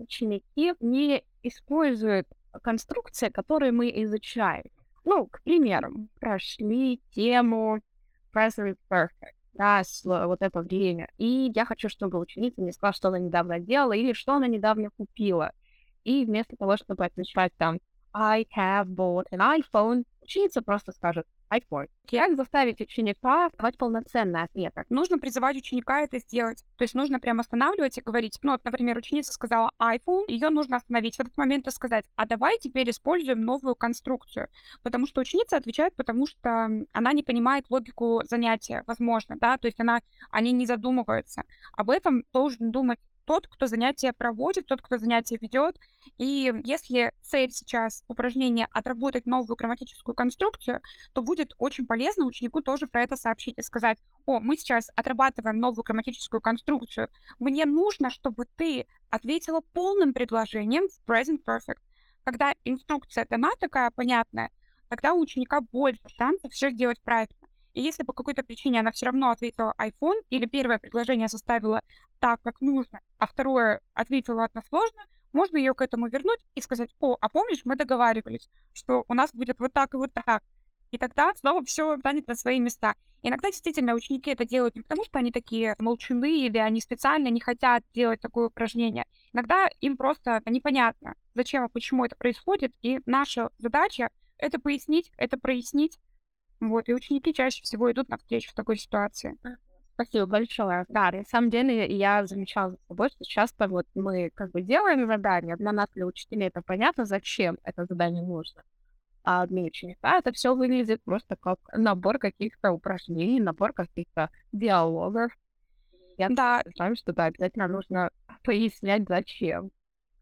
ученики не используют конструкции, которые мы изучаем. Ну, к примеру, прошли тему present perfect, да, вот это время. И я хочу, чтобы ученица мне сказала, что она недавно делала или что она недавно купила. И вместо того, чтобы отвечать там I have bought an iPhone, ученица просто скажет iPhone. Как заставить ученика давать полноценный ответ? Нужно призывать ученика это сделать. То есть нужно прям останавливать и говорить, ну, вот, например, ученица сказала iPhone, ее нужно остановить в этот момент и сказать, а давай теперь используем новую конструкцию. Потому что ученица отвечает, потому что она не понимает логику занятия, возможно, да, то есть они не задумываются. Об этом должен думать тот, кто занятие проводит, тот, кто занятие ведет. И если цель сейчас упражнения отработать новую грамматическую конструкцию, то будет очень полезно ученику тоже про это сообщить и сказать, о, мы сейчас отрабатываем новую грамматическую конструкцию, мне нужно, чтобы ты ответила полным предложением в present perfect. Когда инструкция дана такая понятная, тогда у ученика больше шансов все сделать правильно. И если по какой-то причине она все равно ответила iPhone, или первое предложение составила так, как нужно, а второе ответила односложно, можно ее к этому вернуть и сказать, о, а помнишь, мы договаривались, что у нас будет вот так и вот так. И тогда снова все станет на свои места. Иногда действительно ученики это делают не потому, что они такие молчуны или они специально не хотят делать такое упражнение. Иногда им просто непонятно, зачем и почему это происходит, и наша задача это пояснить, это прояснить. Вот, и ученики чаще всего идут навстречу в такой ситуации. Спасибо большое. Да, на самом деле я замечала за собой, что часто вот мы как бы делаем задание, для нас, для учителей, это понятно, зачем это задание нужно. А для ученика это все выглядит просто как набор каких-то упражнений, набор каких-то диалогов. Я Да, знаю, что да, обязательно нужно пояснять, зачем.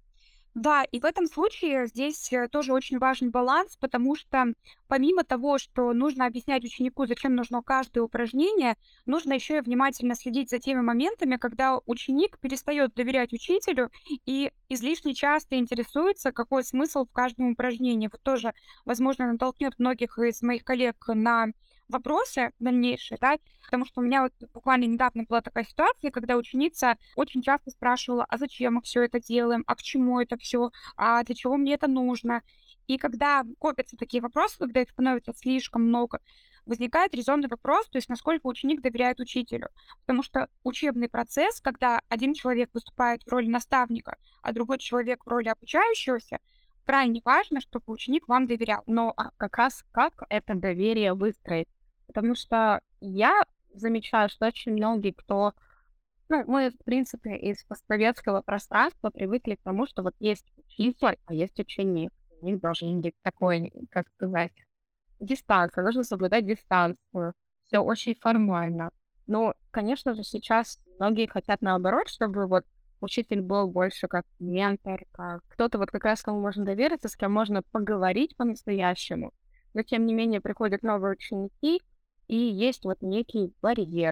да, и в этом случае здесь тоже очень важен баланс, потому что помимо того, что нужно объяснять ученику, зачем нужно каждое упражнение, нужно еще и внимательно следить за теми моментами, когда ученик перестает доверять учителю и излишне часто интересуется, какой смысл в каждом упражнении. Вот тоже, возможно, натолкнет многих из моих коллег на вопросы дальнейшие, да, потому что у меня вот буквально недавно была такая ситуация, когда ученица очень часто спрашивала, а зачем мы все это делаем, а к чему это все, а для чего мне это нужно. И когда копятся такие вопросы, когда их становится слишком много, возникает резонный вопрос, то есть насколько ученик доверяет учителю. Потому что учебный процесс, когда один человек выступает в роли наставника, а другой человек в роли обучающегося, крайне важно, чтобы ученик вам доверял. Но как раз как это доверие выстроить? Потому что я замечаю, что очень многие, кто... Ну, мы, в принципе, из постсоветского пространства привыкли к тому, что вот есть учитель, а есть ученик. У них должен быть такой, как сказать, дистанция. Нужно соблюдать дистанцию. Все очень формально. Но, конечно же, сейчас многие хотят наоборот, чтобы вот учитель был больше как ментор, как кто-то вот как раз кому можно довериться, с кем можно поговорить по-настоящему. Но, тем не менее, приходят новые ученики, и есть вот некий барьер.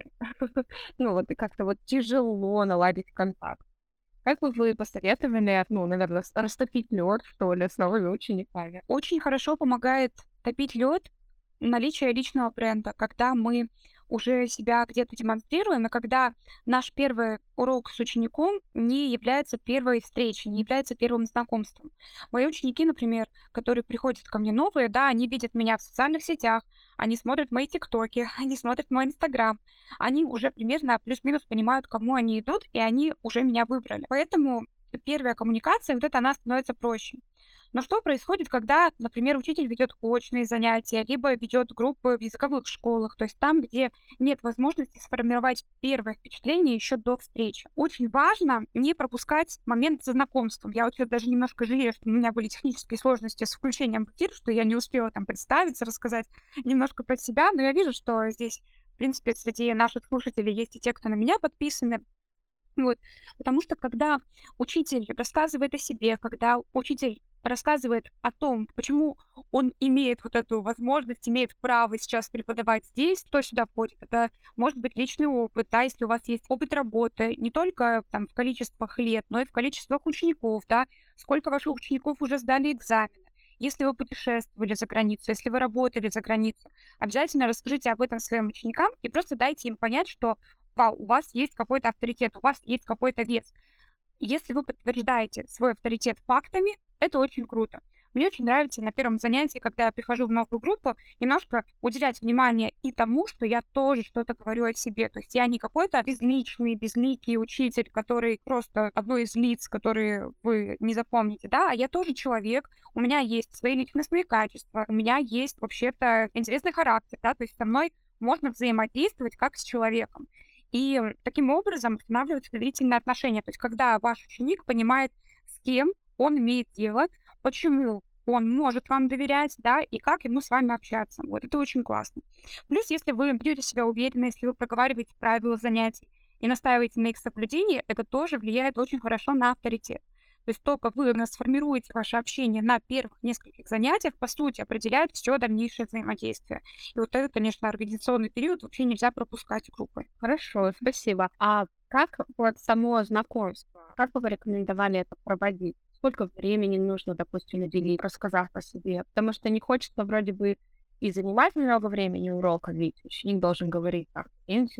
Ну, вот и как-то вот тяжело наладить контакт. Как бы вы посоветовали, ну, наверное, растопить лед, что ли, с новыми учениками? Очень хорошо помогает топить лед наличие личного бренда, когда мы уже себя где-то демонстрируем, и когда наш первый урок с учеником не является первой встречей, не является первым знакомством. Мои ученики, например, которые приходят ко мне новые, да, они видят меня в социальных сетях, они смотрят мои тиктоки, они смотрят мой инстаграм, они уже примерно плюс-минус понимают, к кому они идут, и они уже меня выбрали. Поэтому первая коммуникация, вот это она становится проще. Но что происходит, когда, например, учитель ведет очные занятия, либо ведет группы в языковых школах, то есть там, где нет возможности сформировать первое впечатление еще до встречи. Очень важно не пропускать момент со знакомством. Я вот сейчас даже немножко жалею, что у меня были технические сложности с включением в эфир, что я не успела там представиться, рассказать немножко про себя, но я вижу, что здесь, в принципе, среди наших слушателей есть и те, кто на меня подписаны. Вот. Потому что когда учитель рассказывает о себе, когда учитель рассказывает о том, почему он имеет вот эту возможность, имеет право сейчас преподавать здесь, что сюда входит. Это может быть личный опыт, да, если у вас есть опыт работы, не только там в количествах лет, но и в количествах учеников, да, сколько ваших учеников уже сдали экзамены. Если вы путешествовали за границу, если вы работали за границу, обязательно расскажите об этом своим ученикам и просто дайте им понять, что вау, у вас есть какой-то авторитет, у вас есть какой-то вес. Если вы подтверждаете свой авторитет фактами, это очень круто. Мне очень нравится на первом занятии, когда я прихожу в новую группу, немножко уделять внимание и тому, что я тоже что-то говорю о себе. То есть я не какой-то безликий учитель, который просто одно из лиц, которые вы не запомните, да, а я тоже человек, у меня есть свои личностные качества, у меня есть вообще-то интересный характер, да, то есть со мной можно взаимодействовать как с человеком. И таким образом устанавливаются доверительные отношения. То есть когда ваш ученик понимает, с кем он имеет дело, почему он может вам доверять, да, и как ему с вами общаться. Вот это очень классно. Плюс, если вы ведете себя уверенно, если вы проговариваете правила занятий и настаиваете на их соблюдении, это тоже влияет очень хорошо на авторитет. То есть только вы сформируете ваше общение на первых нескольких занятиях, по сути, определяет все дальнейшее взаимодействие. И вот это, конечно, организационный период вообще нельзя пропускать группы. Хорошо, спасибо. А как вот само знакомство, как бы вы рекомендовали это проводить? Сколько времени нужно, допустим, уделить, рассказав о себе? Потому что не хочется вроде бы и занимать много времени урока, ведь ученик должен говорить так,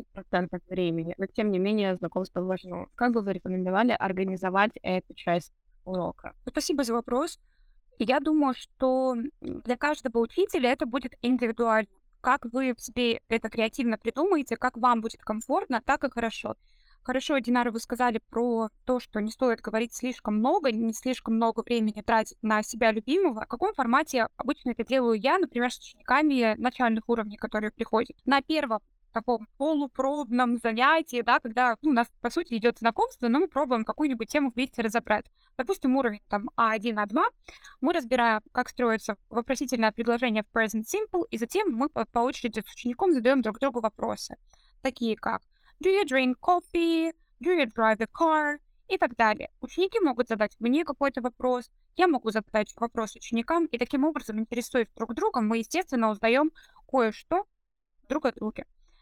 70% времени, но тем не менее знакомство важно. Как бы вы рекомендовали организовать эту часть урока? Спасибо за вопрос. Я думаю, что для каждого учителя это будет индивидуально. Как вы себе это креативно придумаете, как вам будет комфортно, так и хорошо. Хорошо, Динара, вы сказали про то, что не стоит говорить слишком много, не слишком много времени тратить на себя любимого. В каком формате обычно это делаю я, например, с учениками начальных уровней, которые приходят? На первом таком полупробном занятии, да, когда у нас, по сути, идет знакомство, но мы пробуем какую-нибудь тему вместе разобрать. Допустим, уровень там А1, А2, мы разбираем, как строится вопросительное предложение в present simple, и затем мы по очереди с учеником задаем друг другу вопросы, такие как Do you drink coffee? Do you drive a car? И так далее. Ученики могут задать мне какой-то вопрос, я могу задать вопрос ученикам, и таким образом, интересуясь друг другом, мы, естественно, узнаем кое-что друг о друге.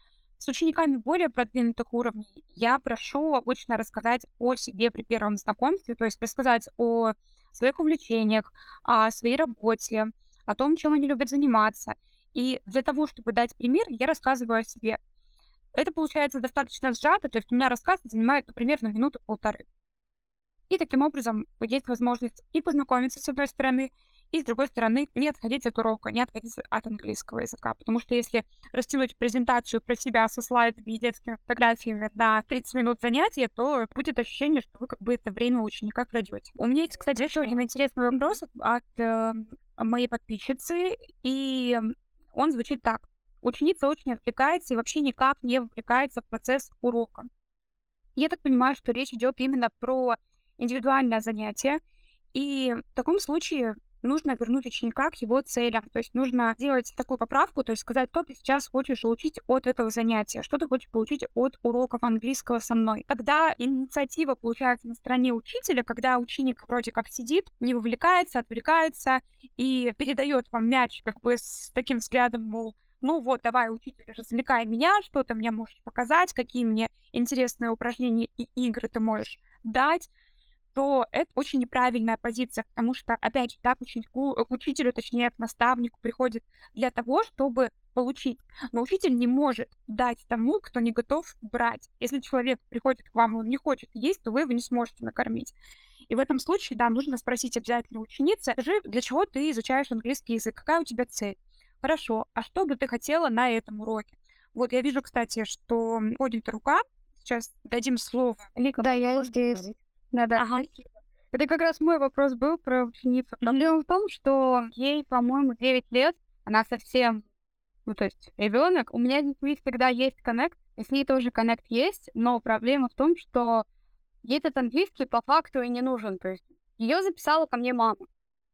С учениками более продвинутых уровней я прошу обычно рассказать о себе при первом знакомстве, то есть рассказать о своих увлечениях, о своей работе, о том, чем они любят заниматься. И для того, чтобы дать пример, я рассказываю о себе. Это получается достаточно сжато, то есть у меня рассказ занимает, например, на минуту-полторы. И таким образом есть возможность и познакомиться с одной стороны, и с другой стороны не отходить от урока, не отходить от английского языка. Потому что если растянуть презентацию про себя со слайдами и детскими фотографиями на 30 минут занятия, то будет ощущение, что вы как бы это время у ученика крадете. У меня есть, кстати, еще один интересный вопрос от моей подписчицы, и он звучит так. Ученица очень отвлекается и вообще никак не вовлекается в процесс урока. Я так понимаю, что речь идет именно про индивидуальное занятие, и в таком случае нужно вернуть ученика к его целям. То есть нужно сделать такую поправку, то есть сказать, что ты сейчас хочешь получить от этого занятия, что ты хочешь получить от уроков английского со мной. Тогда инициатива получается на стороне учителя, когда ученик вроде как сидит, не вовлекается, отвлекается и передает вам мяч как бы с таким взглядом, мол, ну вот, давай, учитель, развлекай меня, что ты мне можешь показать, какие мне интересные упражнения и игры ты можешь дать, то это очень неправильная позиция, потому что, опять же, да, к учителю, точнее, к наставнику приходит для того, чтобы получить. Но учитель не может дать тому, кто не готов брать. Если человек приходит к вам, и он не хочет есть, то вы его не сможете накормить. И в этом случае, да, нужно спросить обязательно ученицы, скажи, для чего ты изучаешь английский язык, какая у тебя цель? Хорошо, а что бы ты хотела на этом уроке? Вот я вижу, кстати, что ходит рука. Сейчас дадим слово. Лика, Да, я здесь. Да-да. Ага. Это как раз мой вопрос был про ученицу. Проблема в том, что ей, по-моему, 9 лет, она совсем, ну, то есть ребенок. У меня здесь всегда есть коннект, и с ней тоже коннект есть, но проблема в том, что ей этот английский по факту и не нужен. То есть ее записала ко мне мама.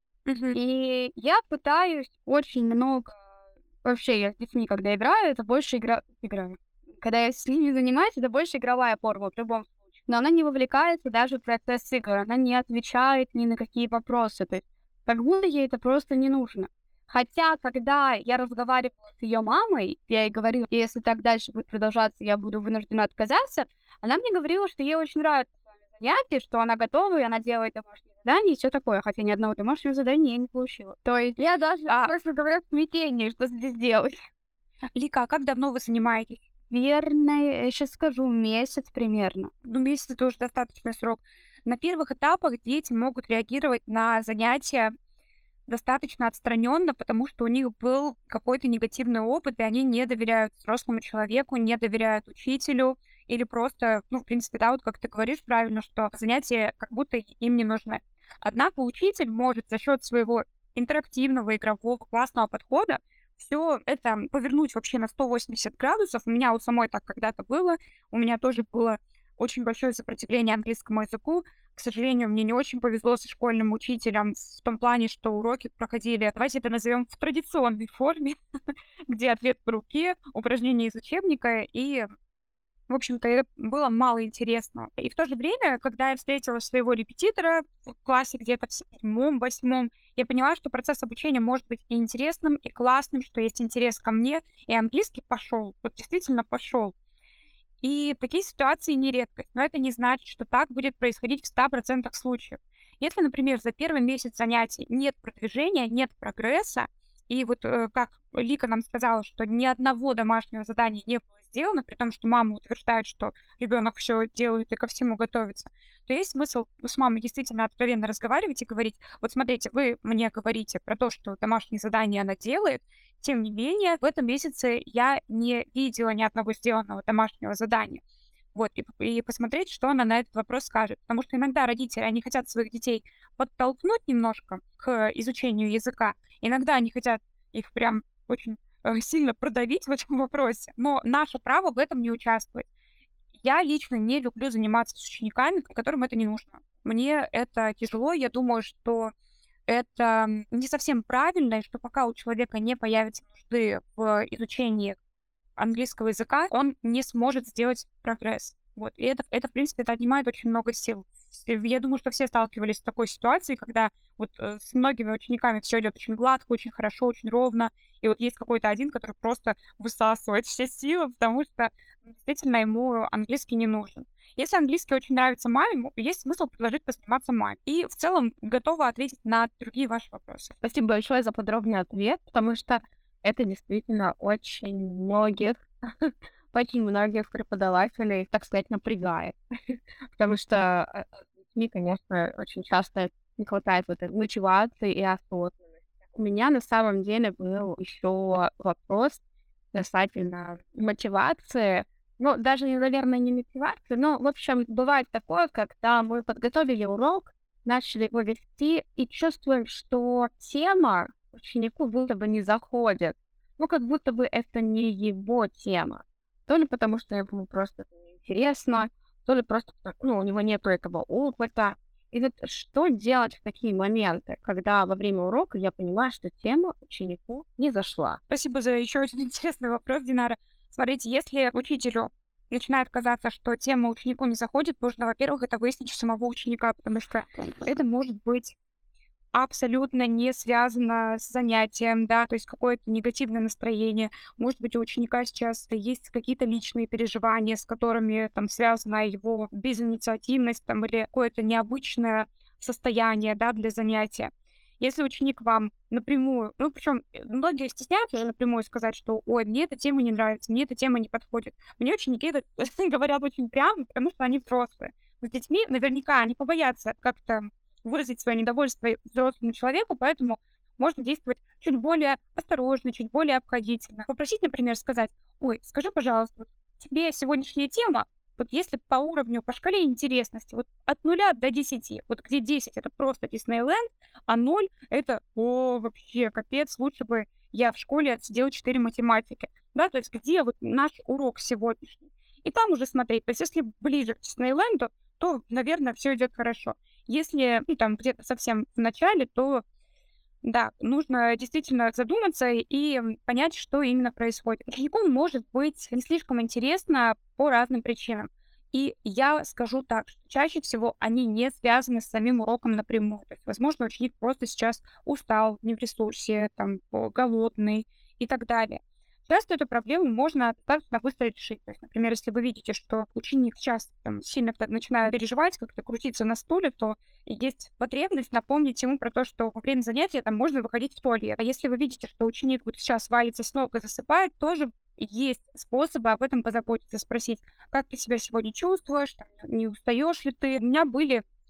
И я пытаюсь очень много... Вообще, я с детьми, когда играю, это больше играю. Когда я с ними занимаюсь, это больше игровая форма в любом случае. Но она не вовлекается даже в процесс игр. Она не отвечает ни на какие вопросы. То есть, как будто ей это просто не нужно. Хотя, когда я разговаривала с ее мамой, я ей говорила, если так дальше будет продолжаться, я буду вынуждена отказаться, она мне говорила, что ей очень нравится занятие, что она готова, и она делает домашние задания и все такое, хотя ни одного домашнего задания я не получила. То есть я даже, просто говоря, в смятении, что здесь делать. Лика, а как давно вы занимаетесь? Верно, я сейчас скажу, месяц примерно. Ну, месяц — это уже достаточный срок. На первых этапах дети могут реагировать на занятия достаточно отстраненно, потому что у них был какой-то негативный опыт, и они не доверяют взрослому человеку, не доверяют учителю, или просто, в принципе, да, вот как ты говоришь правильно, что занятия как будто им не нужны. Однако учитель может за счет своего интерактивного, игрового, классного подхода все это повернуть вообще на 180 градусов. У меня у самой так когда-то было. У меня тоже было очень большое сопротивление английскому языку. К сожалению, мне не очень повезло со школьным учителем в том плане, что уроки проходили, давайте это назовем в традиционной форме, где ответ по руке, упражнения из учебника, и, в общем-то, это было мало интересно. И в то же время, когда я встретила своего репетитора в классе где-то в 7-8, я поняла, что процесс обучения может быть и интересным, и классным, что есть интерес ко мне, и английский пошел, вот действительно пошел. И такие ситуации не редкость, но это не значит, что так будет происходить в 100% случаев. Если, например, за первый месяц занятий нет продвижения, нет прогресса, и вот как Лика нам сказала, что ни одного домашнего задания не было сделано, при том, что мама утверждает, что ребенок все делает и ко всему готовится, то есть смысл с мамой действительно откровенно разговаривать и говорить: вот смотрите, вы мне говорите про то, что домашнее задание она делает, тем не менее, в этом месяце я не видела ни одного сделанного домашнего задания. Вот, и посмотреть, что она на этот вопрос скажет. Потому что иногда родители, они хотят своих детей подтолкнуть немножко к изучению языка. Иногда они хотят их прям очень сильно продавить в этом вопросе. Но наше право в этом не участвовать. Я лично не люблю заниматься с учениками, которым это не нужно. Мне это тяжело. Я думаю, что это не совсем правильно, и что пока у человека не появится нужды в изучении английского языка, он не сможет сделать прогресс. Вот. И это, в принципе, это отнимает очень много сил. Я думаю, что все сталкивались с такой ситуацией, когда вот с многими учениками все идет очень гладко, очень хорошо, очень ровно, и вот есть какой-то один, который просто высасывает все силы, потому что действительно ему английский не нужен. Если английский очень нравится маме, есть смысл предложить позаниматься маме. И в целом готова ответить на другие ваши вопросы. Спасибо большое за подробный ответ, потому что это действительно очень многих преподавателей, так сказать, напрягает. Потому что с детьми, конечно, очень часто не хватает вот этой мотивации и осознанности. У меня на самом деле был еще вопрос касательно мотивации. Ну, даже, наверное, не мотивации, но, в общем, бывает такое, когда мы подготовили урок, начали его вести и чувствуем, что тема ученику будто бы не заходит. Ну, как будто бы это не его тема. То ли потому, что ему просто это неинтересно, то ли просто, у него нет этого опыта. И вот что делать в такие моменты, когда во время урока я понимаю, что тема ученику не зашла? Спасибо за еще очень интересный вопрос, Динара. Смотрите, если учителю начинает казаться, что тема ученику не заходит, нужно, во-первых, это выяснить у самого ученика, потому что это может быть абсолютно не связано с занятием, да, то есть какое-то негативное настроение. Может быть, у ученика сейчас есть какие-то личные переживания, с которыми там связана его безинициативность там, или какое-то необычное состояние, да, для занятия. Если ученик вам напрямую, причем многие стесняются уже напрямую сказать, что ой, мне эта тема не нравится, мне эта тема не подходит. Мне ученики это говорят очень прямо, потому что они взрослые. С детьми наверняка они побоятся как-то выразить свое недовольство взрослому человеку, поэтому можно действовать чуть более осторожно, чуть более обходительно. Попросить, например, сказать: ой, скажи, пожалуйста, тебе сегодняшняя тема, вот если по уровню, по шкале интересности, вот от 0 до 10, вот где 10 это просто Диснейленд, а 0 это, вообще капец, лучше бы я в школе отсидела 4 математики, да, то есть где вот наш урок сегодняшний. И там уже смотреть, то есть если ближе к Диснейленду, то, наверное, все идет хорошо. Если там где-то совсем в начале, то да, нужно действительно задуматься и понять, что именно происходит. Ученику может быть не слишком интересно по разным причинам. И я скажу так, что чаще всего они не связаны с самим уроком напрямую. То есть, возможно, ученик просто сейчас устал, не в ресурсе, там, голодный и так далее. Часто эту проблему можно достаточно быстро решить. То есть, например, если вы видите, что ученик сейчас сильно начинает переживать, как-то крутиться на стуле, то есть потребность напомнить ему про то, что во время занятия там можно выходить в туалет. А если вы видите, что ученик вот сейчас валится с ног и засыпает, тоже есть способы об этом позаботиться, спросить, как ты себя сегодня чувствуешь, там, не устаешь ли ты. У меня были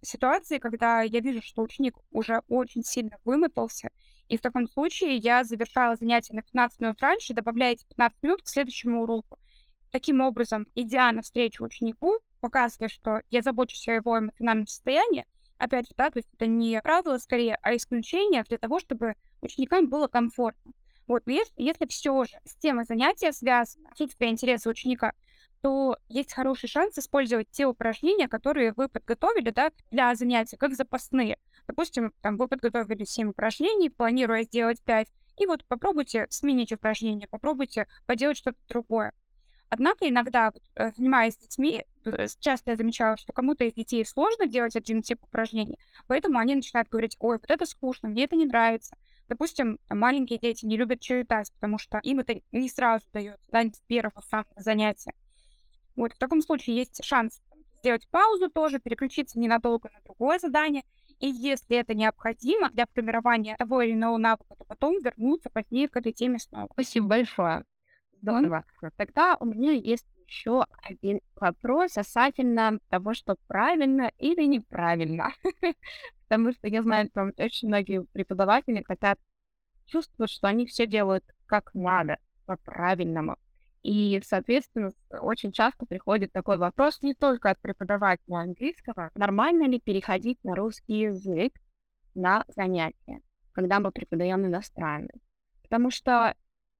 ситуации, когда я вижу, что ученик уже очень сильно вымотался, и в таком случае я завершала занятие на 15 минут раньше, добавляя эти 15 минут к следующему уроку. Таким образом, идя навстречу ученику, показывая, что я забочусь о его эмоциональном состоянии, опять же, да, то есть это не правило скорее, а исключение для того, чтобы ученикам было комфортно. Вот, но если все же с темой занятия связано, отсутствие интереса ученика, то есть хороший шанс использовать те упражнения, которые вы подготовили, да, для занятия, как запасные. Допустим, там вы подготовили 7 упражнений, планируя сделать 5, и вот попробуйте сменить упражнения, попробуйте поделать что-то другое. Однако иногда, вот, занимаясь с детьми, часто я замечала, что кому-то из детей сложно делать один тип упражнений, поэтому они начинают говорить: ой, вот это скучно, мне это не нравится. Допустим, там маленькие дети не любят читать, потому что им это не сразу дается, да, не с первого самого занятия. Вот в таком случае есть шанс сделать паузу тоже, переключиться ненадолго на другое задание. И если это необходимо для формирования того или иного навыка, то потом вернуться позднее к этой теме снова. Спасибо большое. Здорово. Тогда у меня есть еще один вопрос касательно того, что правильно или неправильно. Потому что я знаю, что очень многие преподаватели хотят чувствовать, что они все делают как надо, по-правильному. И, соответственно, очень часто приходит такой вопрос не только от преподавателя английского: нормально ли переходить на русский язык на занятия, когда мы преподаем иностранный. Потому что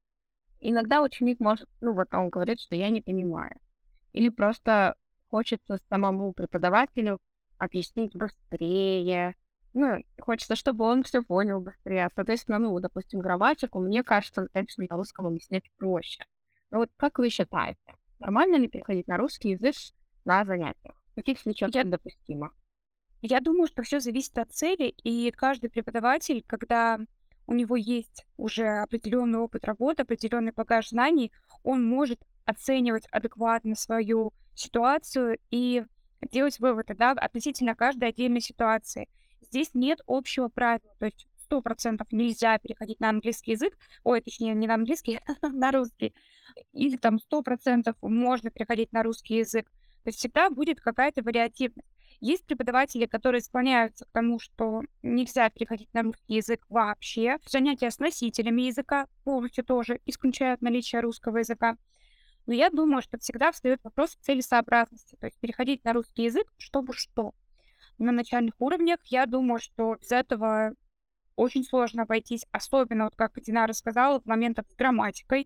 иногда ученик может, ну вот он говорит, что я не понимаю. Или просто хочется самому преподавателю объяснить быстрее. Ну, хочется, чтобы он все понял быстрее. Соответственно, ну, допустим, грамматику, мне кажется, конечно, на русском объяснять проще. Но вот как вы считаете, нормально ли переходить на русский язык на занятиях? В каких случаях это допустимо? Я думаю, что все зависит от цели, и каждый преподаватель, когда у него есть уже определенный опыт работы, определенный багаж знаний, он может оценивать адекватно свою ситуацию и делать выводы, да, относительно каждой отдельной ситуации. Здесь нет общего правила, то есть 100% нельзя переходить на английский язык, ой, точнее, не на английский, а на русский, или там 100% можно переходить на русский язык. То есть всегда будет какая-то вариативность. Есть преподаватели, которые склоняются к тому, что нельзя переходить на русский язык вообще. Занятия с носителями языка полностью тоже исключают наличие русского языка. Но я думаю, что всегда встает вопрос целесообразности, то есть переходить на русский язык, чтобы что. На начальных уровнях я думаю, что без этого очень сложно обойтись, особенно, вот как Динара сказала, в моментах с грамматикой.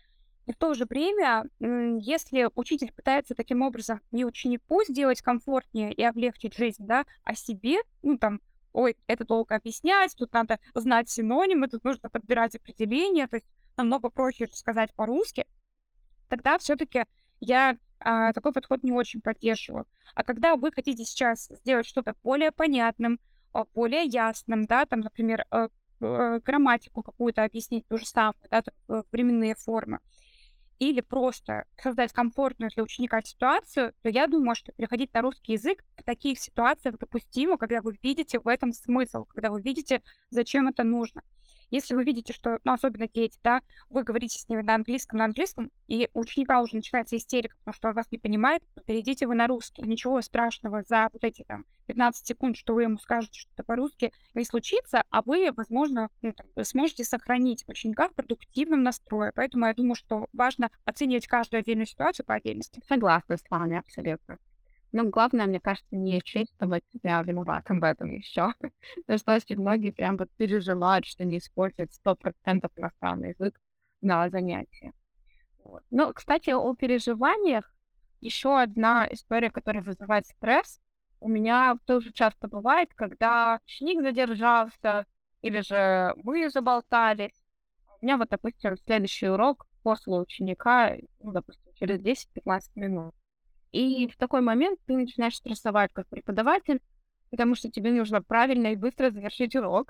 И в то же время, если учитель пытается таким образом не ученику сделать комфортнее и облегчить жизнь, да, а себе, ну, там, ой, это долго объяснять, тут надо знать синонимы, тут нужно подбирать определения, то есть намного проще сказать по-русски, тогда все-таки я такой подход не очень поддерживаю. А когда вы хотите сейчас сделать что-то более понятным, более ясным, да, там, например, грамматику какую-то объяснить, ту же самую, да, там, временные формы, или просто создать комфортную для ученика ситуацию, то я думаю, что переходить на русский язык в таких ситуациях допустимо, когда вы видите в этом смысл, когда вы видите, зачем это нужно. Если вы видите, что, ну, особенно дети, да, вы говорите с ними на английском, и у ученика уже начинается истерика, потому что он вас не понимает, то перейдите вы на русский. Ничего страшного за вот эти там 15 секунд, что вы ему скажете что-то по-русски, не случится, а вы, возможно, ну, там, сможете сохранить ученика в продуктивном настрое. Поэтому я думаю, что важно оценивать каждую отдельную ситуацию по отдельности. Согласна с вами абсолютно. Но главное, мне кажется, не чувствовать себя виноватым в этом еще. Потому что очень многие прям вот переживают, что не используют 100% иностранный язык на занятия. Вот. Ну, кстати, о переживаниях еще одна история, которая вызывает стресс. У меня тоже часто бывает, когда ученик задержался, или же мы заболтались. У меня вот, допустим, следующий урок после ученика, ну, допустим, через 10-15 минут. И в такой момент ты начинаешь стрессовать как преподаватель, потому что тебе нужно правильно и быстро завершить урок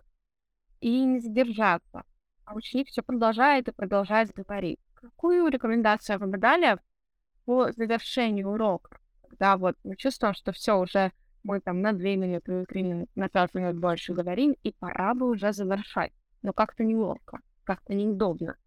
и не задержаться. А ученик все продолжает и продолжает говорить. Какую рекомендацию вы бы дали по завершению урока? Когда вот мы чувствуем, что все уже мы там на 2 минуты, 3 минуты, на 5 минут больше говорим, и пора бы уже завершать. Но как-то неловко, как-то неудобно.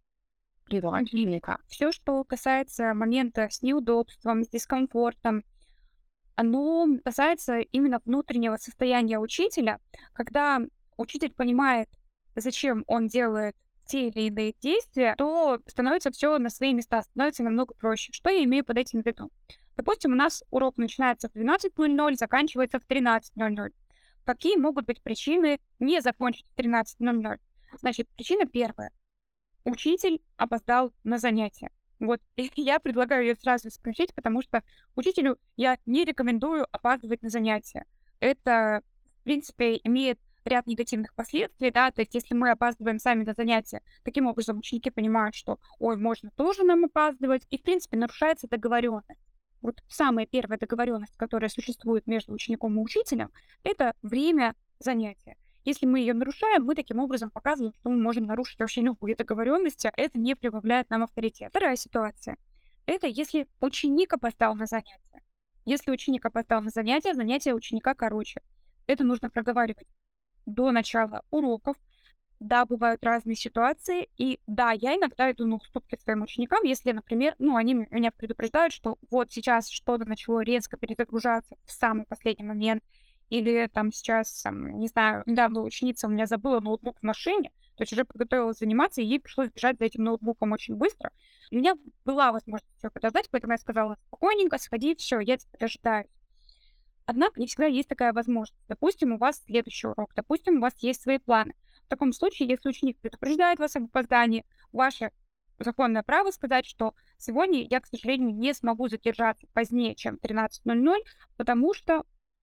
Все, что касается момента с неудобством, с дискомфортом, оно касается именно внутреннего состояния учителя, когда учитель понимает, зачем он делает те или иные действия, то становится все на свои места, становится намного проще. Что я имею под этим в виду? Допустим, у нас урок начинается в 12:00, заканчивается в 13:00. Какие могут быть причины не закончить в 13:00? Значит, причина первая. Учитель опоздал на занятие. Вот, и я предлагаю ее сразу исключить, потому что учителю я не рекомендую опаздывать на занятия. Это, в принципе, имеет ряд негативных последствий, да, то есть если мы опаздываем сами на занятия, таким образом ученики понимают, что, ой, можно тоже нам опаздывать, и, в принципе, нарушается договоренность. Вот самая первая договоренность, которая существует между учеником и учителем, это время занятия. Если мы ее нарушаем, мы таким образом показываем, что мы можем нарушить вообще любые договоренности, а это не прибавляет нам авторитет. Вторая ситуация. Это если ученик опоздал на занятие. Если ученик опоздал на занятие, занятие ученика короче. Это нужно проговаривать до начала уроков. Да, бывают разные ситуации, и да, я иногда иду на уступки своим ученикам, если, например, они меня предупреждают, что вот сейчас что-то начало резко перезагружаться в самый последний момент, или там сейчас, не знаю, недавно ученица у меня забыла ноутбук в машине, то есть уже подготовилась заниматься, и ей пришлось бежать за этим ноутбуком очень быстро. У меня была возможность все подождать, поэтому я сказала, спокойненько, сходи, все, я тебя дожидаюсь. Однако не всегда есть такая возможность. Допустим, у вас следующий урок, допустим, у вас есть свои планы. В таком случае, если ученик предупреждает вас об опоздании, ваше законное право сказать, что сегодня я, к сожалению, не смогу задержаться позднее, чем 13:00, потому что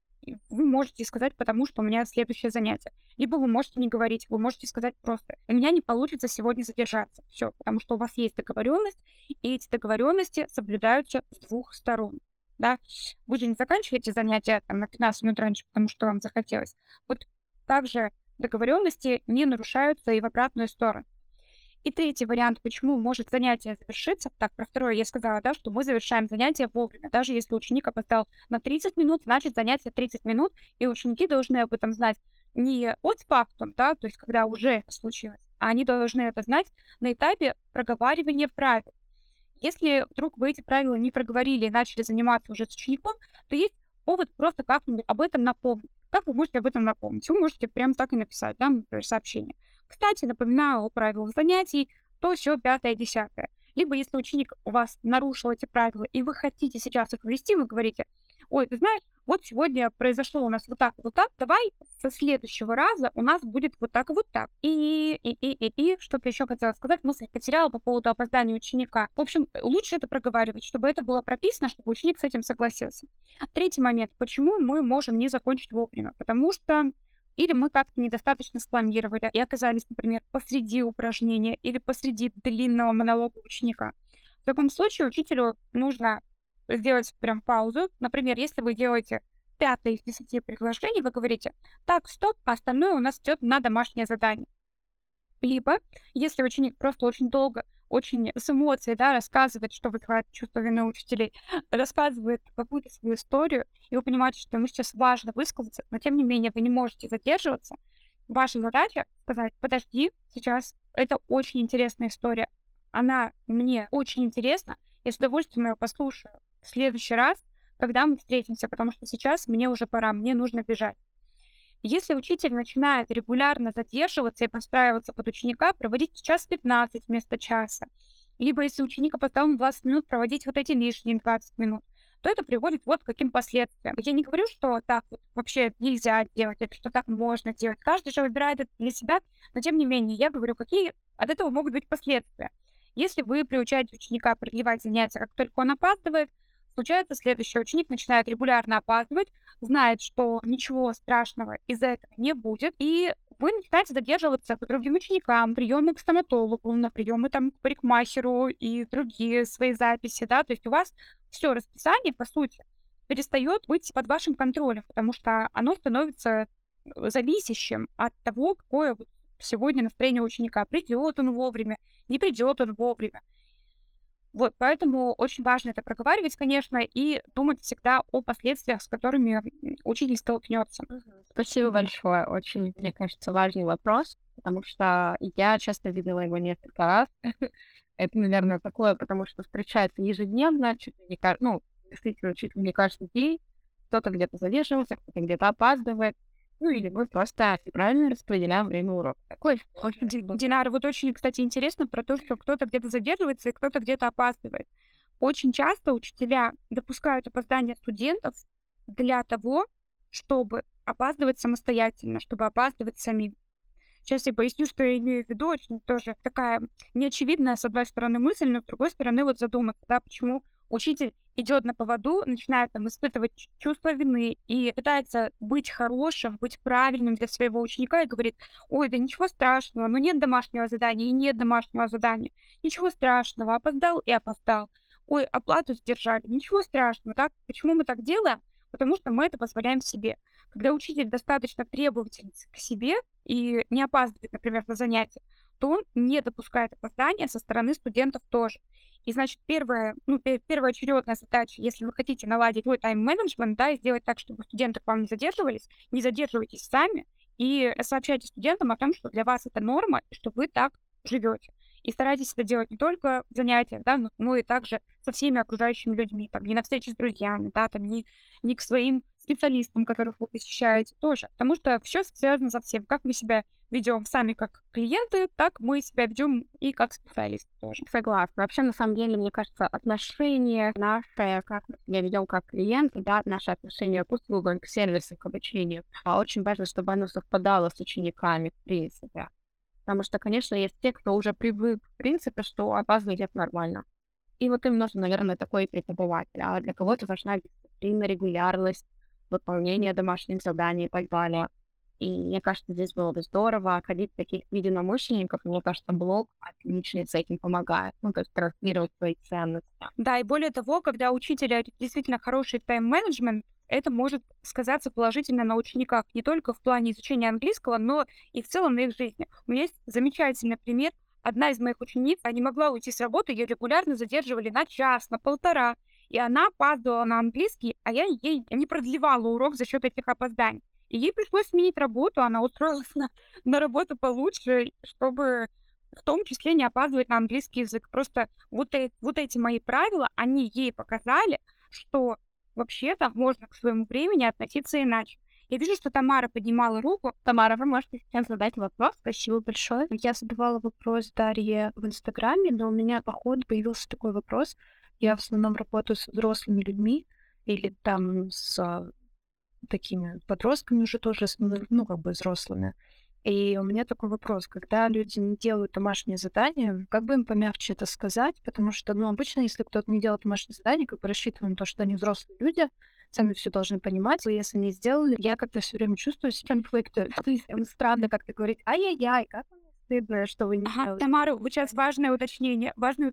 вы можете сказать, потому что у меня следующее занятие. Либо вы можете не говорить, вы можете сказать просто, у меня не получится сегодня задержаться. Все, потому что у вас есть договоренность, и эти договоренности соблюдаются с двух сторон. Да? Вы же не заканчиваете занятия на 15 минут раньше, потому что вам захотелось. Вот также договоренности не нарушаются и в обратную сторону. И третий вариант, почему может занятие завершиться. Так, про второе я сказала, да, что мы завершаем занятие вовремя. Даже если ученик опоздал на 30 минут, значит занятие 30 минут, и ученики должны об этом знать не постфактум, да, то есть когда уже это случилось, а они должны это знать на этапе проговаривания правил. Если вдруг вы эти правила не проговорили и начали заниматься уже с учеником, то есть повод просто как-нибудь об этом напомнить. Как вы можете об этом напомнить? Вы можете прям так и написать, да, например, сообщение. Кстати, напоминаю о правилах занятий, то все 5-е, 10-е. Либо если ученик у вас нарушил эти правила, и вы хотите сейчас их ввести, вы говорите, ой, ты знаешь, вот сегодня произошло у нас вот так, давай со следующего раза у нас будет вот так и вот так. И что-то еще хотела сказать, мысль потеряла по поводу опоздания ученика. В общем, лучше это проговаривать, чтобы это было прописано, чтобы ученик с этим согласился. Третий момент. Почему мы можем не закончить вовремя? Потому что или мы как-то недостаточно спланировали и оказались, например, посреди упражнения или посреди длинного монолога ученика. В таком случае учителю нужно сделать прям паузу. Например, если вы делаете 5 из 10 предложений, вы говорите, так, стоп, а остальное у нас идет на домашнее задание. Либо, если ученик просто очень долго, очень с эмоцией, да, рассказывает, что вызывает чувство вины у учителей, рассказывает какую-то свою историю, и вы понимаете, что ему сейчас важно высказаться, но тем не менее вы не можете задерживаться, ваша задача сказать, подожди, сейчас, это очень интересная история, она мне очень интересна, я с удовольствием ее послушаю в следующий раз, когда мы встретимся, потому что сейчас мне уже пора, мне нужно бежать. Если учитель начинает регулярно задерживаться и подстраиваться под ученика, проводить час 15 вместо часа, либо если ученик опоздал на 20 минут, проводить вот эти лишние 20 минут, то это приводит вот к каким последствиям. Я не говорю, что так вот вообще нельзя делать, или что так можно делать. Каждый же выбирает это для себя, но тем не менее я говорю, какие от этого могут быть последствия. Если вы приучаете ученика продлевать занятия, как только он опаздывает, случается следующее. Ученик начинает регулярно опаздывать, знает, что ничего страшного из-за этого не будет, и вы начинаете задерживаться по другим ученикам, приемы к стоматологу, на приемы там к парикмахеру и другие свои записи, да, то есть у вас все расписание, по сути, перестает быть под вашим контролем, потому что оно становится зависящим от того, какое вот сегодня настроение ученика. Придет он вовремя, не придет он вовремя. Вот, поэтому очень важно это проговаривать, конечно, и думать всегда о последствиях, с которыми учитель столкнется. Спасибо большое. Очень, мне кажется, важный вопрос, потому что я часто видела его несколько раз. Это, наверное, такое, потому что встречается ежедневно, чуть ли не действительно, чуть ли не каждый день. кто-то где-то задерживался, кто-то где-то опаздывает, ну или мы просто неправильно распределяем время урока. Такой очень Динара, вот очень, кстати, интересно про то, что кто-то где-то задерживается и кто-то где-то опаздывает. Очень часто учителя допускают опоздание студентов для того, чтобы опаздывать самостоятельно, чтобы опаздывать самим. Сейчас я поясню, что я имею в виду. Очень тоже такая неочевидная, с одной стороны, мысль, но с другой стороны, вот задуматься, да, почему учитель идет на поводу, начинает там испытывать чувство вины и пытается быть хорошим, быть правильным для своего ученика и говорит: ой, да ничего страшного, ну нет домашнего задания и нет домашнего задания. Ничего страшного, опоздал и опоздал. Ой, оплату сдержали, ничего страшного, так? Почему мы так делаем? Потому что мы это позволяем себе. Когда учитель достаточно требователен к себе и не опаздывает, например, на занятия, то он не допускает опоздания со стороны студентов тоже. И, значит, первоочередная задача, если вы хотите наладить свой тайм-менеджмент, да, и сделать так, чтобы студенты к вам не задерживались, не задерживайтесь сами и сообщайте студентам о том, что для вас это норма, и что вы так живете. И старайтесь это делать не только в занятиях, да, но и также со всеми окружающими людьми, там, не на встрече с друзьями, да, там, не к своим специалистам, которых вы посещаете, тоже. Потому что все связано со всем. Как мы себя ведем сами как клиенты, так мы себя ведем и как специалисты тоже. Согласна. Вообще, на самом деле, мне кажется, отношения наши, как мы себя ведем как клиенты, да, наше отношение к услугам, к сервису, к обучению, очень важно, чтобы оно совпадало с учениками, в принципе. Потому что, конечно, есть те, кто уже привык, в принципе, что опаздывать это нормально. И вот им нужно, наверное, такой преподаватель. А для кого-то важна дисциплина, регулярность, выполнение домашних заданий и так далее. И мне кажется, здесь было бы здорово ходить таких единомышленников. Мне кажется, блог отлично с этим помогает. Ну, то есть транслировать свои ценности. Да, и более того, когда у учителя действительно хороший тайм-менеджмент, это может сказаться положительно на учениках не только в плане изучения английского, но и в целом на их жизни. У меня есть замечательный пример. Одна из моих учениц, не могла уйти с работы, ее регулярно задерживали на час, на полтора. И она опаздывала на английский, а я ей не продлевала урок за счет этих опозданий. И ей пришлось сменить работу, она устроилась на работу получше, чтобы в том числе не опаздывать на английский язык. Просто вот эти мои правила, они ей показали, что вообще-то можно к своему времени относиться иначе. Я вижу, что Тамара поднимала руку. Тамара, вы можете сейчас задать вопрос. Спасибо большое. Я задавала вопрос Дарье в Инстаграме, но у меня, по ходу, появился такой вопрос. Я в основном работаю с взрослыми людьми или там с такими подростками уже тоже, ну, как бы взрослыми. И у меня такой вопрос. Когда люди не делают домашние задания, как бы им помягче это сказать? Потому что, ну, обычно, если кто-то не делает домашние задания, как бы рассчитываем на то, что они взрослые люди, сами все должны понимать. И если не сделали, я как-то все время чувствую себя конфликты. Странно как-то говорить: ай-яй-яй, как мне стыдно, что вы не делаете. Тамара, вот сейчас важное уточнение.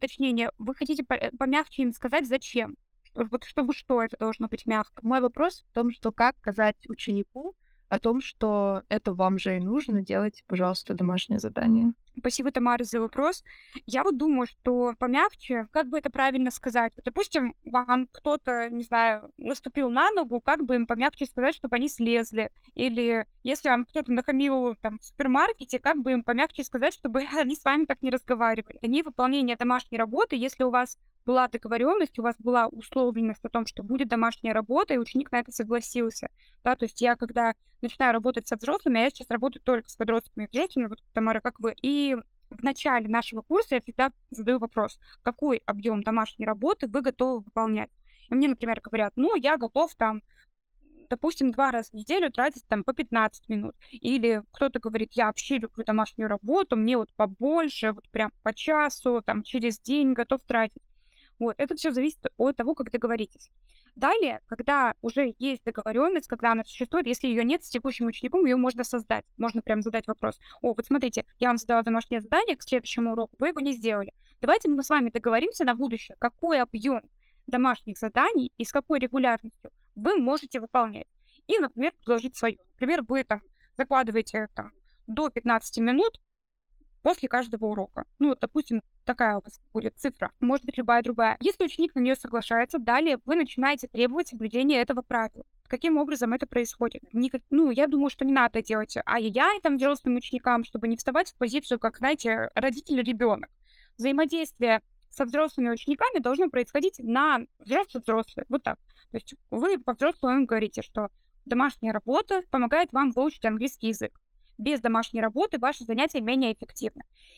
Вы хотите помягче им сказать, зачем? Вот чтобы что это должно быть мягко? Мой вопрос в том, что как сказать ученику о том, что это вам же и нужно, делайте, пожалуйста, домашнее задание. Спасибо, Тамара, за вопрос. Я вот думаю, что помягче, как бы это правильно сказать? Вот, допустим, вам кто-то, не знаю, наступил на ногу, как бы им помягче сказать, чтобы они слезли? Или если вам кто-то нахамил там в супермаркете, как бы им помягче сказать, чтобы они с вами так не разговаривали? Это не выполнение домашней работы. Если у вас была договоренность, у вас была условленность о том, что будет домашняя работа, и ученик на это согласился. Да, то есть я, когда начинаю работать со взрослыми, я сейчас работаю только с подростками и взрослыми, вот, Тамара, как вы. И в начале нашего курса я всегда задаю вопрос: какой объем домашней работы вы готовы выполнять? И мне, например, говорят: ну, я готов там, допустим, 2 раза в неделю тратить там по 15 минут. Или кто-то говорит: я вообще люблю домашнюю работу, мне вот побольше, вот прям по часу, там через день готов тратить. Вот, это все зависит от того, как договоритесь. Далее, когда уже есть договоренность, когда она существует, если ее нет с текущим учеником, ее можно создать. Можно прям задать вопрос: о, вот смотрите, я вам задала домашнее задание к следующему уроку, вы его не сделали. Давайте мы с вами договоримся на будущее, какой объем домашних заданий и с какой регулярностью вы можете выполнять. И, например, предложить свое. Например, вы там закладываете там до 15 минут после каждого урока. Ну, вот, допустим, такая у вас будет цифра, может быть, любая другая. Если ученик на нее соглашается, далее вы начинаете требовать соблюдения этого правила. Каким образом это происходит? Я думаю, что не надо делать ай-яй-яй там взрослым ученикам, чтобы не вставать в позицию, как, знаете, родитель-ребенок. Взаимодействие со взрослыми учениками должно происходить на взрослые. Вот так. То есть вы по-взрослому им говорите, что домашняя работа помогает вам выучить английский язык. Без домашней работы ваши занятия менее эффективны.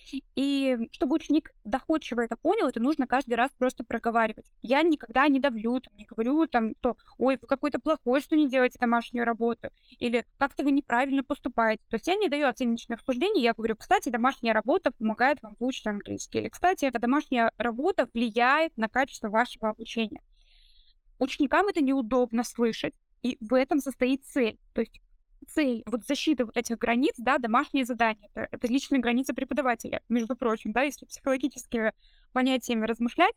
И чтобы ученик доходчиво это понял, это нужно каждый раз просто проговаривать. Я никогда не давлю, не говорю что ой, вы какой-то плохой, что не делаете домашнюю работу, или как-то вы неправильно поступаете. То есть я не даю оценочных суждений, я говорю, кстати, домашняя работа помогает вам выучить английский, или, кстати, эта домашняя работа влияет на качество вашего обучения. Ученикам это неудобно слышать, и в этом состоит цель. То есть цель защиты этих границ, да, домашние задания. Это личные границы преподавателя, между прочим, да, если психологическими понятиями размышлять.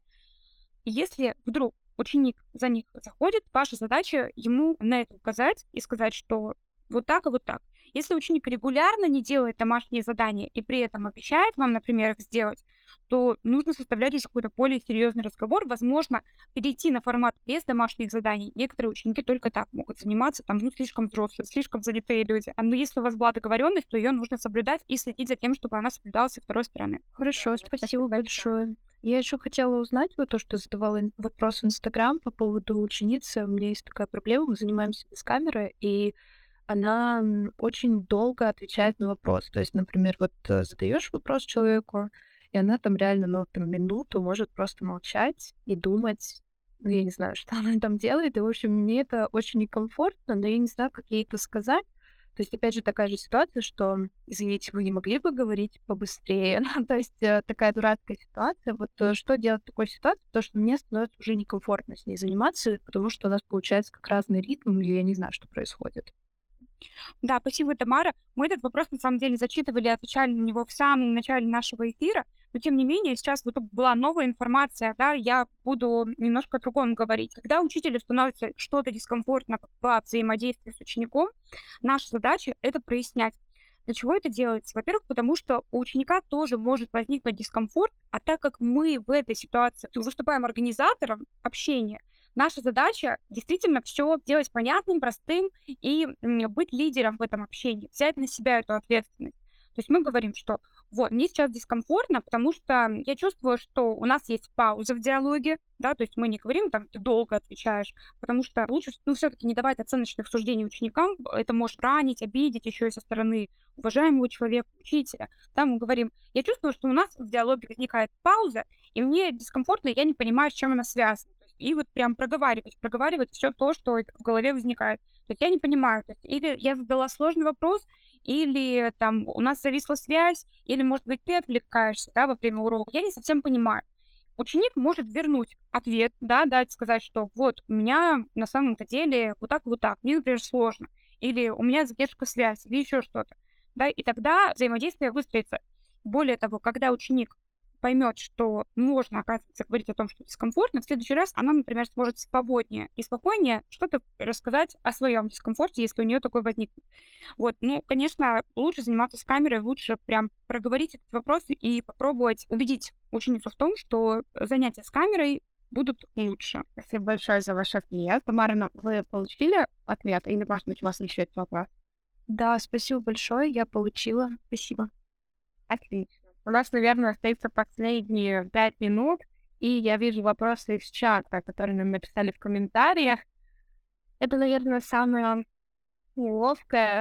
Если вдруг ученик за них заходит, ваша задача ему на это указать и сказать, что вот так и вот так. Если ученик регулярно не делает домашние задания и при этом обещает вам, например, их сделать, то нужно составлять уже какой-то более серьезный разговор. Возможно, перейти на формат без домашних заданий. Некоторые ученики только так могут заниматься, слишком взрослые, слишком занятые люди. Но если у вас была договоренность, то ее нужно соблюдать и следить за тем, чтобы она соблюдалась со второй стороны. Хорошо, спасибо большое. Я еще хотела узнать то, что задавала вопрос в Инстаграм по поводу ученицы. У меня есть такая проблема, мы занимаемся без камеры, и она очень долго отвечает на вопрос. То есть, например, задаешь вопрос человеку, и она там реально, минуту может просто молчать и думать. Я не знаю, что она там делает. И, в общем, мне это очень некомфортно, но я не знаю, как ей это сказать. То есть, опять же, такая же ситуация, что, извините, вы не могли бы говорить побыстрее? То есть, такая дурацкая ситуация. Что делать в такой ситуации? Потому что мне становится уже некомфортно с ней заниматься, потому что у нас получается как разный ритм, и я не знаю, что происходит. Да, спасибо, Тамара. Мы этот вопрос, на самом деле, зачитывали и отвечали на него в самом начале нашего эфира, но, тем не менее, сейчас была новая информация, да, я буду немножко о другом говорить. Когда учителю становится что-то дискомфортно во взаимодействии с учеником, наша задача — это прояснять. Для чего это делается? Во-первых, потому что у ученика тоже может возникнуть дискомфорт, а так как мы в этой ситуации выступаем организатором общения, наша задача действительно все делать понятным, простым и быть лидером в этом общении, взять на себя эту ответственность. То есть мы говорим, что мне сейчас дискомфортно, потому что я чувствую, что у нас есть пауза в диалоге, да, то есть мы не говорим, ты долго отвечаешь, потому что лучше, все-таки не давать оценочных суждений ученикам, это может ранить, обидеть еще и со стороны уважаемого человека, учителя. Там мы говорим, я чувствую, что у нас в диалоге возникает пауза, и мне дискомфортно, и я не понимаю, с чем она связана. И прям проговаривать все то, что в голове возникает. То есть я не понимаю, или я задала сложный вопрос, или у нас зависла связь, или, может быть, ты отвлекаешься, да, во время урока. Я не совсем понимаю. Ученик может вернуть ответ, да, сказать, что у меня на самом-то деле вот так, мне, например, сложно, или у меня задержка связи, или еще что-то, да, и тогда взаимодействие выстроится. Более того, когда ученик поймет, что можно, оказывается, говорить о том, что дискомфортно, в следующий раз она, например, сможет свободнее и спокойнее что-то рассказать о своем дискомфорте, если у нее такой возникнет. Конечно, лучше заниматься с камерой, лучше прям проговорить этот вопрос и попробовать убедить ученицу в том, что занятия с камерой будут лучше. Спасибо большое за ваш ответ. Тамара, вы получили ответ? Или, может быть, у вас еще есть вопрос? Да, спасибо большое, я получила. Спасибо. Отлично. У нас, наверное, остается последние 5 минут, и я вижу вопросы из чата, которые нам написали в комментариях. Это, наверное, самое неловкое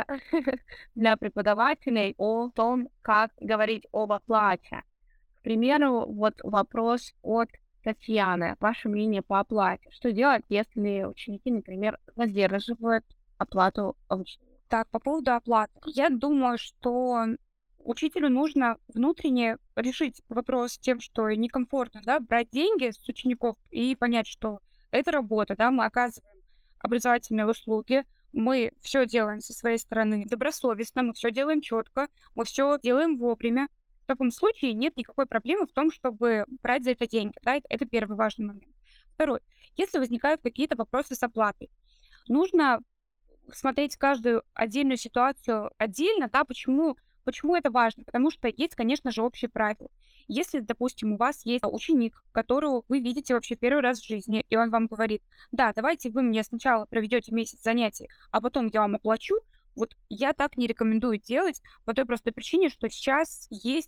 для преподавателей о том, как говорить об оплате. К примеру, вопрос от Татьяны. Ваше мнение по оплате. Что делать, если ученики, например, задерживают оплату обучения? Так, по поводу оплаты. Я думаю, что учителю нужно внутренне решить вопрос с тем, что некомфортно, да, брать деньги с учеников и понять, что это работа, да, мы оказываем образовательные услуги, мы все делаем со своей стороны добросовестно, мы все делаем четко, мы все делаем вовремя. В таком случае нет никакой проблемы в том, чтобы брать за это деньги, да, это первый важный момент. Второй, если возникают какие-то вопросы с оплатой, нужно смотреть каждую отдельную ситуацию отдельно, да, Почему это важно? Потому что есть, конечно же, общие правила. Если, допустим, у вас есть ученик, которого вы видите вообще первый раз в жизни, и он вам говорит, да, давайте вы мне сначала проведете месяц занятий, а потом я вам оплачу, я так не рекомендую делать по той простой причине, что сейчас есть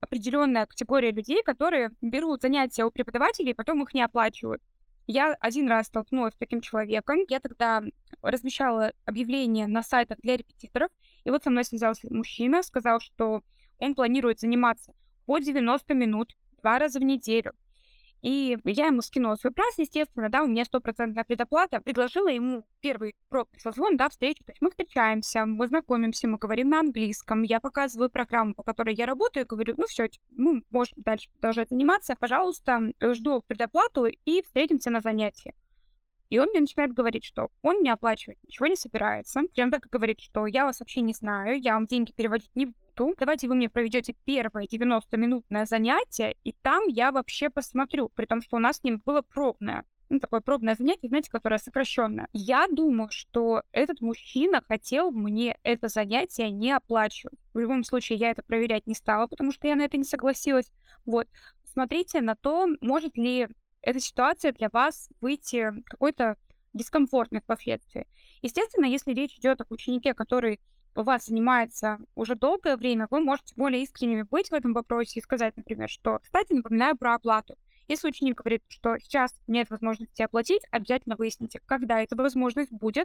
определенная категория людей, которые берут занятия у преподавателей и потом их не оплачивают. Я один раз столкнулась с таким человеком. Я тогда размещала объявление на сайтах для репетиторов. И вот со мной связался мужчина, сказал, что он планирует заниматься по 90 минут 2 раза в неделю. И я ему скинула свой прайс, естественно, да, у меня 100% предоплата. Предложила ему первый пробный созвон, да, встречу. То есть мы встречаемся, мы знакомимся, мы говорим на английском. Я показываю программу, по которой я работаю, и говорю, ну все, мы можем дальше продолжать заниматься. Пожалуйста, жду предоплату и встретимся на занятии. И он мне начинает говорить, что он не оплачивает, ничего не собирается. Прям так и говорит, что я вас вообще не знаю, я вам деньги переводить не буду. Давайте вы мне проведете первое 90-минутное занятие, и там я вообще посмотрю, при том, что у нас с ним было пробное. Ну, такое пробное занятие, знаете, которое сокращенное. Я думаю, что этот мужчина хотел мне это занятие не оплачивать. В любом случае, я это проверять не стала, потому что я на это не согласилась. Вот. Смотрите на то, может ли эта ситуация для вас выйти какой-то дискомфортной впоследствии. Естественно, если речь идет о ученике, который у вас занимается уже долгое время, вы можете более искренними быть в этом вопросе и сказать, например, что, кстати, напоминаю про оплату. Если ученик говорит, что сейчас нет возможности оплатить, обязательно выясните, когда эта возможность будет.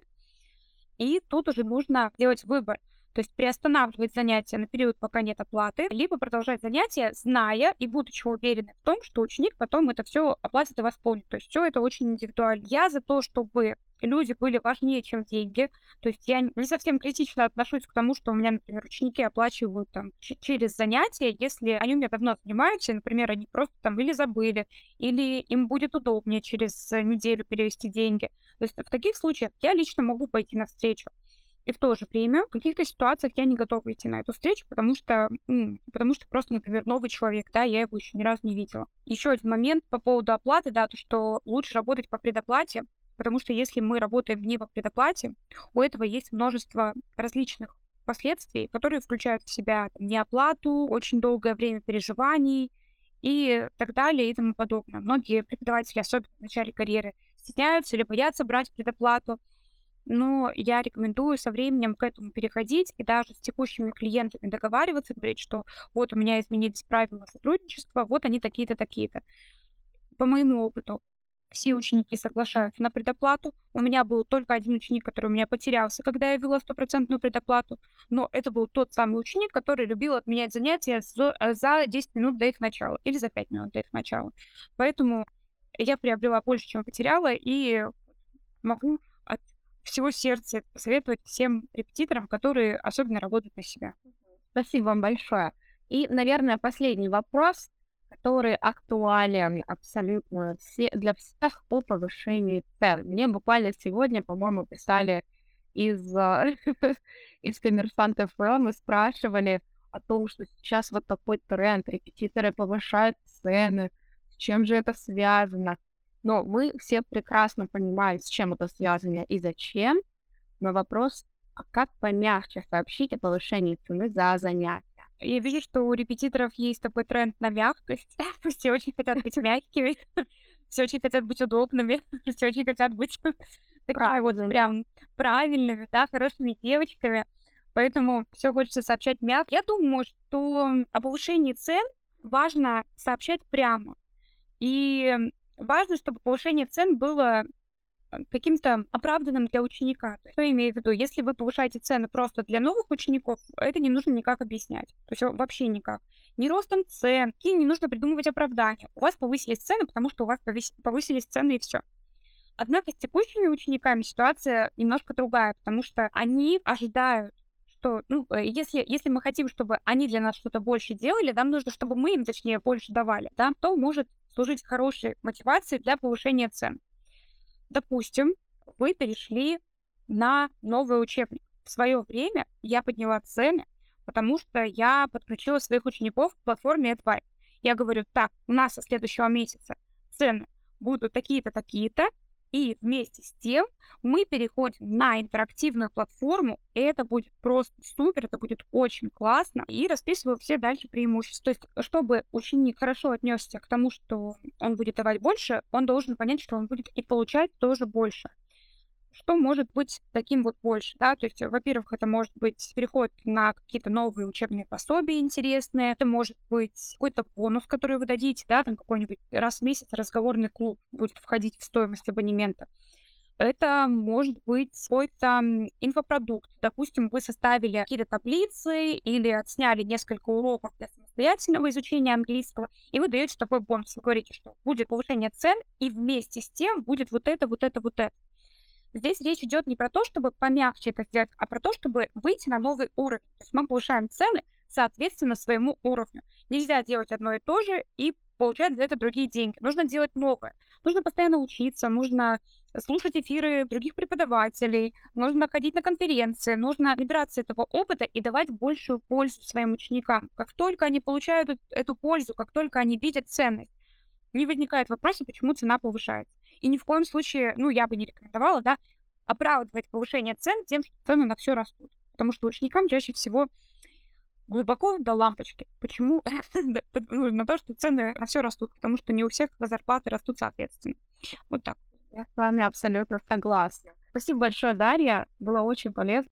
И тут уже нужно делать выбор. То есть приостанавливать занятия на период, пока нет оплаты, либо продолжать занятия, зная и будучи уверены в том, что ученик потом это все оплатит и восполнит. То есть все это очень индивидуально. Я за то, чтобы люди были важнее, чем деньги. То есть я не совсем критично отношусь к тому, что у меня, например, ученики оплачивают там через занятия, если они у меня давно занимаются, и, например, они просто там или забыли, или им будет удобнее через неделю перевести деньги. То есть в таких случаях я лично могу пойти навстречу. И в то же время в каких-то ситуациях я не готова идти на эту встречу, потому что просто, например, новый человек, да, я его еще ни разу не видела. Еще один момент по поводу оплаты, да, то, что лучше работать по предоплате, потому что если мы работаем не по предоплате, у этого есть множество различных последствий, которые включают в себя неоплату, очень долгое время переживаний и так далее и тому подобное. Многие преподаватели, особенно в начале карьеры, стесняются или боятся брать предоплату, но я рекомендую со временем к этому переходить и даже с текущими клиентами договариваться, говорить, что вот у меня изменились правила сотрудничества, вот они такие-то, такие-то. По моему опыту, все ученики соглашаются на предоплату. У меня был только один ученик, который у меня потерялся, когда я вела 100% предоплату, но это был тот самый ученик, который любил отменять занятия за 10 минут до их начала или за 5 минут до их начала. Поэтому я приобрела больше, чем потеряла, и могу от всего сердца посоветовать всем репетиторам, которые особенно работают на себя. Спасибо вам большое. И, наверное, последний вопрос, который актуален абсолютно для всех по повышению цен. Мне буквально сегодня, по-моему, писали из Коммерсанта ФМ и спрашивали о том, что сейчас вот такой тренд, репетиторы повышают цены, с чем же это связано. Но мы все прекрасно понимаем, с чем это связано и зачем. Но вопрос, а как помягче сообщить о повышении цены за занятие? Я вижу, что у репетиторов есть такой тренд на мягкость. Все очень хотят быть мягкими, все очень хотят быть удобными, все очень хотят быть такими вот прям правильными, да, хорошими девочками. Поэтому все хочется сообщать мягко. Я думаю, что о повышении цен важно сообщать прямо. И важно, чтобы повышение цен было каким-то оправданным для ученика. Что я имею в виду? Если вы повышаете цены просто для новых учеников, это не нужно никак объяснять. То есть вообще никак. Ни ростом цен, и не нужно придумывать оправдания. У вас повысились цены, потому что у вас повысились цены и все. Однако с текущими учениками ситуация немножко другая, потому что они ожидают, что, если мы хотим, чтобы они для нас что-то больше делали, нам нужно, чтобы мы им, точнее, больше давали, да, то может служить хорошей мотивацией для повышения цен. Допустим, вы перешли на новый учебник. В свое время я подняла цены, потому что я подключила своих учеников к платформе Advice. Я говорю, так, у нас со следующего месяца цены будут такие-то, такие-то, и вместе с тем мы переходим на интерактивную платформу, и это будет просто супер, это будет очень классно, и расписываю все дальше преимущества. То есть, чтобы ученик хорошо отнесся к тому, что он будет давать больше, он должен понять, что он будет и получать тоже больше. что может быть таким вот больше, да, то есть, во-первых, это может быть переход на какие-то новые учебные пособия интересные, это может быть какой-то бонус, который вы дадите, да, там какой-нибудь раз в месяц разговорный клуб будет входить в стоимость абонемента. Это может быть какой-то инфопродукт. Допустим, вы составили какие-то таблицы или отсняли несколько уроков для самостоятельного изучения английского, и вы даете такой бонус. Вы говорите, что будет повышение цен, и вместе с тем будет вот это, вот это, вот это. Здесь речь идет не про то, чтобы помягче это сделать, а про то, чтобы выйти на новый уровень. То есть мы повышаем цены соответственно своему уровню. Нельзя делать одно и то же и получать за это другие деньги. Нужно делать новое. Нужно постоянно учиться, нужно слушать эфиры других преподавателей, нужно ходить на конференции, нужно набираться этого опыта и давать большую пользу своим ученикам. Как только они получают эту пользу, как только они видят ценность, не возникает вопроса, почему цена повышается. И ни в коем случае, я бы не рекомендовала, да, оправдывать повышение цен тем, что цены на все растут. Потому что ученикам чаще всего глубоко до лампочки. Почему? На то, что цены на все растут, потому что не у всех зарплаты растут соответственно. Вот так. Я с вами абсолютно согласна. Спасибо большое, Дарья. Было очень полезно.